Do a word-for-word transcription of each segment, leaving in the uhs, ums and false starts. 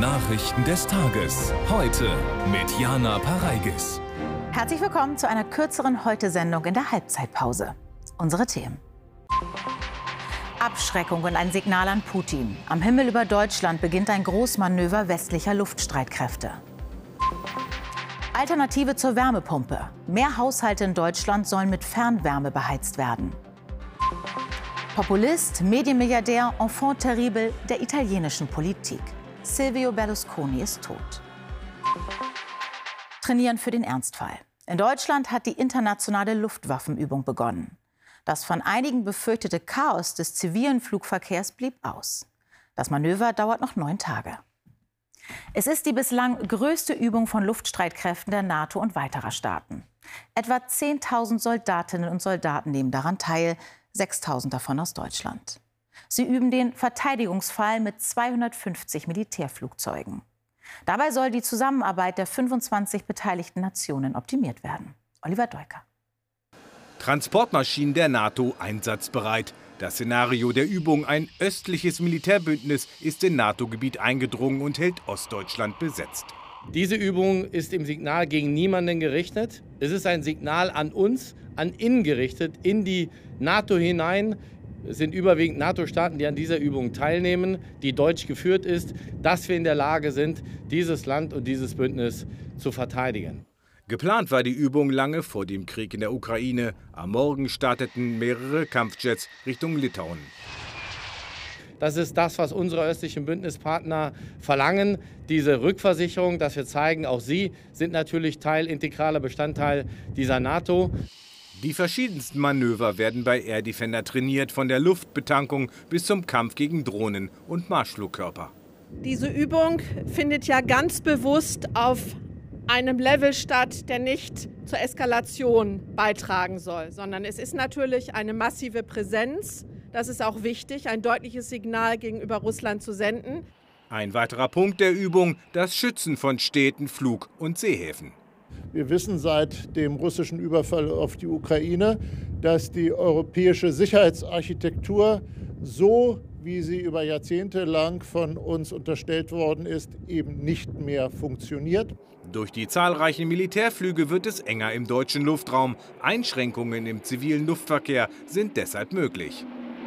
Nachrichten des Tages. Heute mit Jana Pareigis. Herzlich willkommen zu einer kürzeren Heute-Sendung in der Halbzeitpause. Unsere Themen: Abschreckung und ein Signal an Putin. Am Himmel über Deutschland beginnt ein Großmanöver westlicher Luftstreitkräfte. Alternative zur Wärmepumpe. Mehr Haushalte in Deutschland sollen mit Fernwärme beheizt werden. Populist, Medienmilliardär, Enfant terrible der italienischen Politik. Silvio Berlusconi ist tot. Trainieren für den Ernstfall. In Deutschland hat die internationale Luftwaffenübung begonnen. Das von einigen befürchtete Chaos des zivilen Flugverkehrs blieb aus. Das Manöver dauert noch neun Tage. Es ist die bislang größte Übung von Luftstreitkräften der NATO und weiterer Staaten. Etwa zehntausend Soldatinnen und Soldaten nehmen daran teil, sechstausend davon aus Deutschland. Sie üben den Verteidigungsfall mit zweihundertfünfzig Militärflugzeugen. Dabei soll die Zusammenarbeit der fünfundzwanzig beteiligten Nationen optimiert werden. Oliver Deuker. Transportmaschinen der NATO einsatzbereit. Das Szenario der Übung, ein östliches Militärbündnis, ist in NATO-Gebiet eingedrungen und hält Ostdeutschland besetzt. Diese Übung ist im Signal gegen niemanden gerichtet. Es ist ein Signal an uns, an innen gerichtet, in die NATO hinein. Es sind überwiegend NATO-Staaten, die an dieser Übung teilnehmen, die deutsch geführt ist, dass wir in der Lage sind, dieses Land und dieses Bündnis zu verteidigen. Geplant war die Übung lange vor dem Krieg in der Ukraine. Am Morgen starteten mehrere Kampfjets Richtung Litauen. Das ist das, was unsere östlichen Bündnispartner verlangen. Diese Rückversicherung, dass wir zeigen, auch sie sind natürlich Teil, integraler Bestandteil dieser NATO. Die verschiedensten Manöver werden bei Air Defender trainiert, von der Luftbetankung bis zum Kampf gegen Drohnen und Marschflugkörper. Diese Übung findet ja ganz bewusst auf einem Level statt, der nicht zur Eskalation beitragen soll, sondern es ist natürlich eine massive Präsenz. Das ist auch wichtig, ein deutliches Signal gegenüber Russland zu senden. Ein weiterer Punkt der Übung: das Schützen von Städten, Flug- und Seehäfen. Wir wissen seit dem russischen Überfall auf die Ukraine, dass die europäische Sicherheitsarchitektur, so wie sie über Jahrzehnte lang von uns unterstellt worden ist, eben nicht mehr funktioniert. Durch die zahlreichen Militärflüge wird es enger im deutschen Luftraum. Einschränkungen im zivilen Luftverkehr sind deshalb möglich.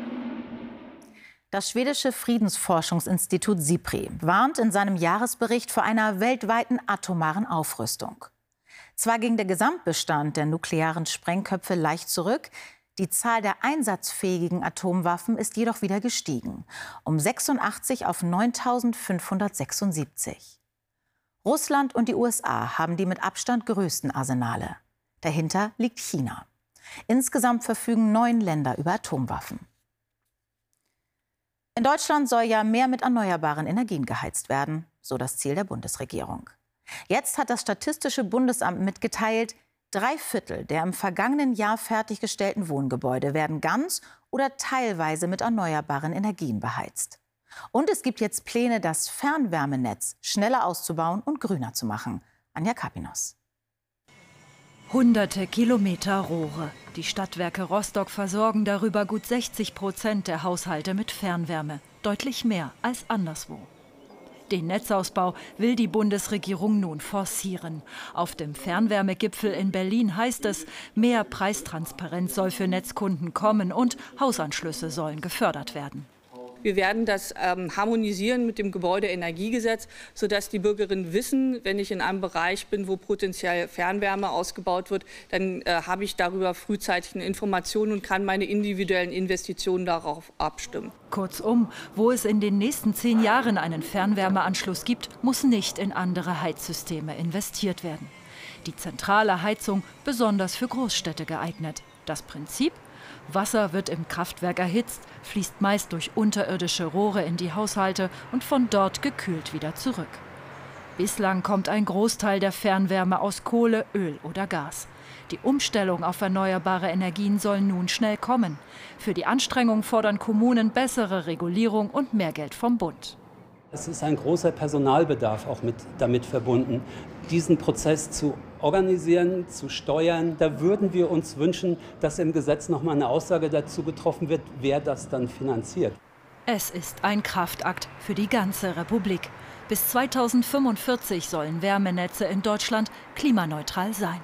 Das schwedische Friedensforschungsinstitut SIPRI warnt in seinem Jahresbericht vor einer weltweiten atomaren Aufrüstung. Zwar ging der Gesamtbestand der nuklearen Sprengköpfe leicht zurück, die Zahl der einsatzfähigen Atomwaffen ist jedoch wieder gestiegen, um sechsundachtzig auf neuntausendfünfhundertsechsundsiebzig. Russland und die U S A haben die mit Abstand größten Arsenale. Dahinter liegt China. Insgesamt verfügen neun Länder über Atomwaffen. In Deutschland soll ja mehr mit erneuerbaren Energien geheizt werden, so das Ziel der Bundesregierung. Jetzt hat das Statistische Bundesamt mitgeteilt, drei Viertel der im vergangenen Jahr fertiggestellten Wohngebäude werden ganz oder teilweise mit erneuerbaren Energien beheizt. Und es gibt jetzt Pläne, das Fernwärmenetz schneller auszubauen und grüner zu machen. Anja Kapinos. Hunderte Kilometer Rohre. Die Stadtwerke Rostock versorgen darüber gut sechzig Prozent der Haushalte mit Fernwärme. Deutlich mehr als anderswo. Den Netzausbau will die Bundesregierung nun forcieren. Auf dem Fernwärmegipfel in Berlin heißt es, mehr Preistransparenz soll für Netzkunden kommen und Hausanschlüsse sollen gefördert werden. Wir werden das ähm, harmonisieren mit dem Gebäudeenergiegesetz, sodass die Bürgerinnen wissen, wenn ich in einem Bereich bin, wo potenziell Fernwärme ausgebaut wird, dann äh, habe ich darüber frühzeitig eine Information und kann meine individuellen Investitionen darauf abstimmen. Kurzum, wo es in den nächsten zehn Jahren einen Fernwärmeanschluss gibt, muss nicht in andere Heizsysteme investiert werden. Die zentrale Heizung besonders für Großstädte geeignet. Das Prinzip: Wasser wird im Kraftwerk erhitzt, fließt meist durch unterirdische Rohre in die Haushalte und von dort gekühlt wieder zurück. Bislang kommt ein Großteil der Fernwärme aus Kohle, Öl oder Gas. Die Umstellung auf erneuerbare Energien soll nun schnell kommen. Für die Anstrengung fordern Kommunen bessere Regulierung und mehr Geld vom Bund. Es ist ein großer Personalbedarf auch mit, damit verbunden, diesen Prozess zu organisieren, zu steuern. Da würden wir uns wünschen, dass im Gesetz noch mal eine Aussage dazu getroffen wird, wer das dann finanziert. Es ist ein Kraftakt für die ganze Republik. Bis zweitausendfünfundvierzig sollen Wärmenetze in Deutschland klimaneutral sein.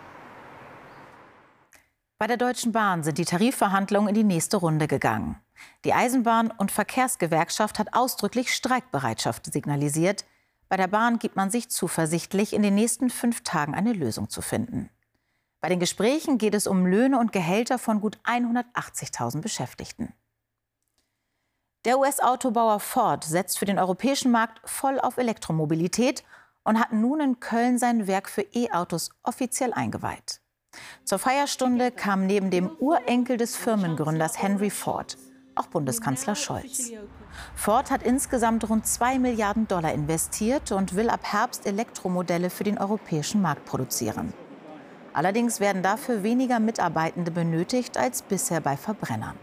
Bei der Deutschen Bahn sind die Tarifverhandlungen in die nächste Runde gegangen. Die Eisenbahn- und Verkehrsgewerkschaft hat ausdrücklich Streikbereitschaft signalisiert. Bei der Bahn gibt man sich zuversichtlich, in den nächsten fünf Tagen eine Lösung zu finden. Bei den Gesprächen geht es um Löhne und Gehälter von gut hundertachtzigtausend Beschäftigten. Der U S-Autobauer Ford setzt für den europäischen Markt voll auf Elektromobilität und hat nun in Köln sein Werk für E-Autos offiziell eingeweiht. Zur Feierstunde kam neben dem Urenkel des Firmengründers Henry Ford auch Bundeskanzler Scholz. Ford hat insgesamt rund zwei Milliarden Dollar investiert und will ab Herbst Elektromodelle für den europäischen Markt produzieren. Allerdings werden dafür weniger Mitarbeitende benötigt als bisher bei Verbrennern.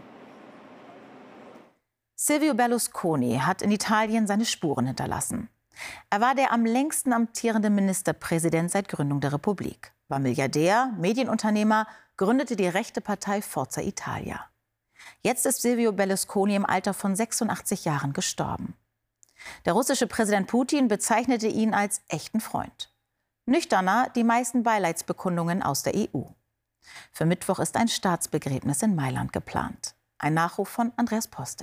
Silvio Berlusconi hat in Italien seine Spuren hinterlassen. Er war der am längsten amtierende Ministerpräsident seit Gründung der Republik, war Milliardär, Medienunternehmer, gründete die rechte Partei Forza Italia. Jetzt ist Silvio Berlusconi im Alter von sechsundachtzig Jahren gestorben. Der russische Präsident Putin bezeichnete ihn als echten Freund. Nüchterner die meisten Beileidsbekundungen aus der E U. Für Mittwoch ist ein Staatsbegräbnis in Mailand geplant. Ein Nachruf von Andreas Postel.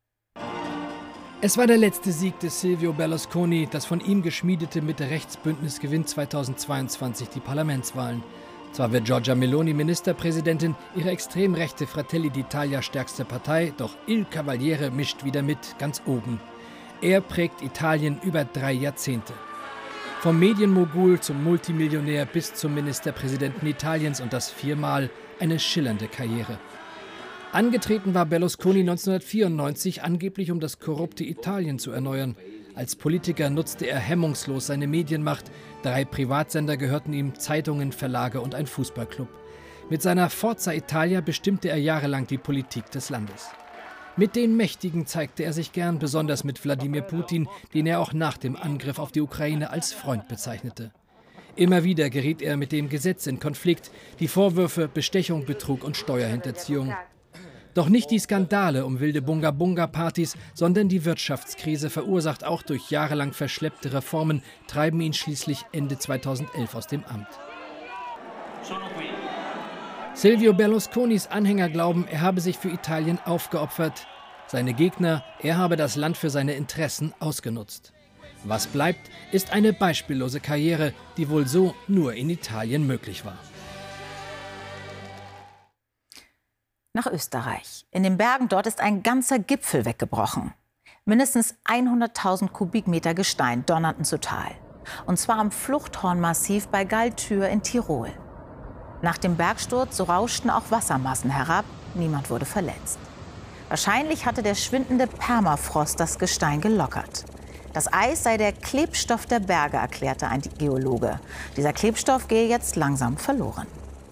Es war der letzte Sieg des Silvio Berlusconi. Das von ihm geschmiedete Mitte-Rechts-Bündnis gewinnt zweitausendzweiundzwanzig die Parlamentswahlen. Zwar wird Giorgia Meloni Ministerpräsidentin, ihre extrem rechte Fratelli d'Italia stärkste Partei, doch Il Cavaliere mischt wieder mit, ganz oben. Er prägt Italien über drei Jahrzehnte. Vom Medienmogul zum Multimillionär bis zum Ministerpräsidenten Italiens und das viermal eine schillernde Karriere. Angetreten war Berlusconi neunzehnhundertvierundneunzig angeblich, um das korrupte Italien zu erneuern. Als Politiker nutzte er hemmungslos seine Medienmacht. Drei Privatsender gehörten ihm, Zeitungen, Verlage und ein Fußballclub. Mit seiner Forza Italia bestimmte er jahrelang die Politik des Landes. Mit den Mächtigen zeigte er sich gern, besonders mit Wladimir Putin, den er auch nach dem Angriff auf die Ukraine als Freund bezeichnete. Immer wieder geriet er mit dem Gesetz in Konflikt, die Vorwürfe Bestechung, Betrug und Steuerhinterziehung. Doch nicht die Skandale um wilde Bunga-Bunga-Partys, sondern die Wirtschaftskrise, verursacht auch durch jahrelang verschleppte Reformen, treiben ihn schließlich Ende zweitausendelf aus dem Amt. Silvio Berlusconis Anhänger glauben, er habe sich für Italien aufgeopfert. Seine Gegner, er habe das Land für seine Interessen ausgenutzt. Was bleibt, ist eine beispiellose Karriere, die wohl so nur in Italien möglich war. Nach Österreich. In den Bergen dort ist ein ganzer Gipfel weggebrochen. Mindestens hunderttausend Kubikmeter Gestein donnerten zu Tal. Und zwar am Fluchthornmassiv bei Galtür in Tirol. Nach dem Bergsturz so rauschten auch Wassermassen herab. Niemand wurde verletzt. Wahrscheinlich hatte der schwindende Permafrost das Gestein gelockert. Das Eis sei der Klebstoff der Berge, erklärte ein Geologe. Dieser Klebstoff gehe jetzt langsam verloren.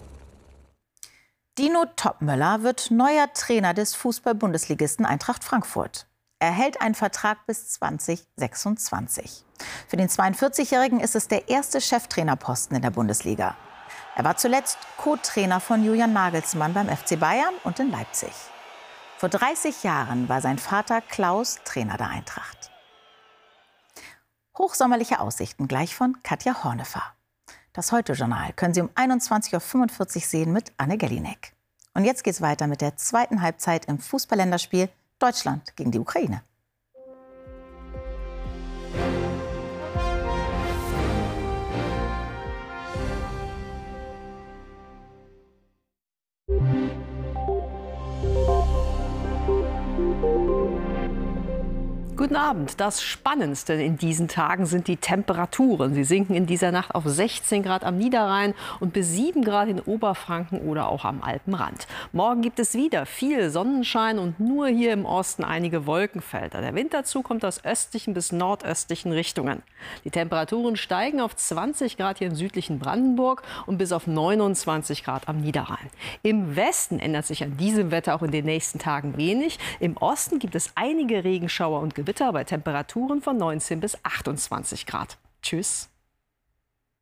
Dino Topmöller wird neuer Trainer des Fußball-Bundesligisten Eintracht Frankfurt. Er hält einen Vertrag bis zweitausendsechsundzwanzig. Für den zweiundvierzigjährigen ist es der erste Cheftrainerposten in der Bundesliga. Er war zuletzt Co-Trainer von Julian Nagelsmann beim F C Bayern und in Leipzig. Vor dreißig Jahren war sein Vater Klaus Trainer der Eintracht. Hochsommerliche Aussichten gleich von Katja Hornefer. Das Heute-Journal können Sie um einundzwanzig Uhr fünfundvierzig sehen mit Anne Gellinek. Und jetzt geht's weiter mit der zweiten Halbzeit im Fußballländerspiel Deutschland gegen die Ukraine. Guten Abend. Das Spannendste in diesen Tagen sind die Temperaturen. Sie sinken in dieser Nacht auf sechzehn Grad am Niederrhein und bis sieben Grad in Oberfranken oder auch am Alpenrand. Morgen gibt es wieder viel Sonnenschein und nur hier im Osten einige Wolkenfelder. Der Wind dazu kommt aus östlichen bis nordöstlichen Richtungen. Die Temperaturen steigen auf zwanzig Grad hier im südlichen Brandenburg und bis auf neunundzwanzig Grad am Niederrhein. Im Westen ändert sich an diesem Wetter auch in den nächsten Tagen wenig. Im Osten gibt es einige Regenschauer und Gewitter bei Temperaturen von neunzehn bis achtundzwanzig Grad. Tschüss.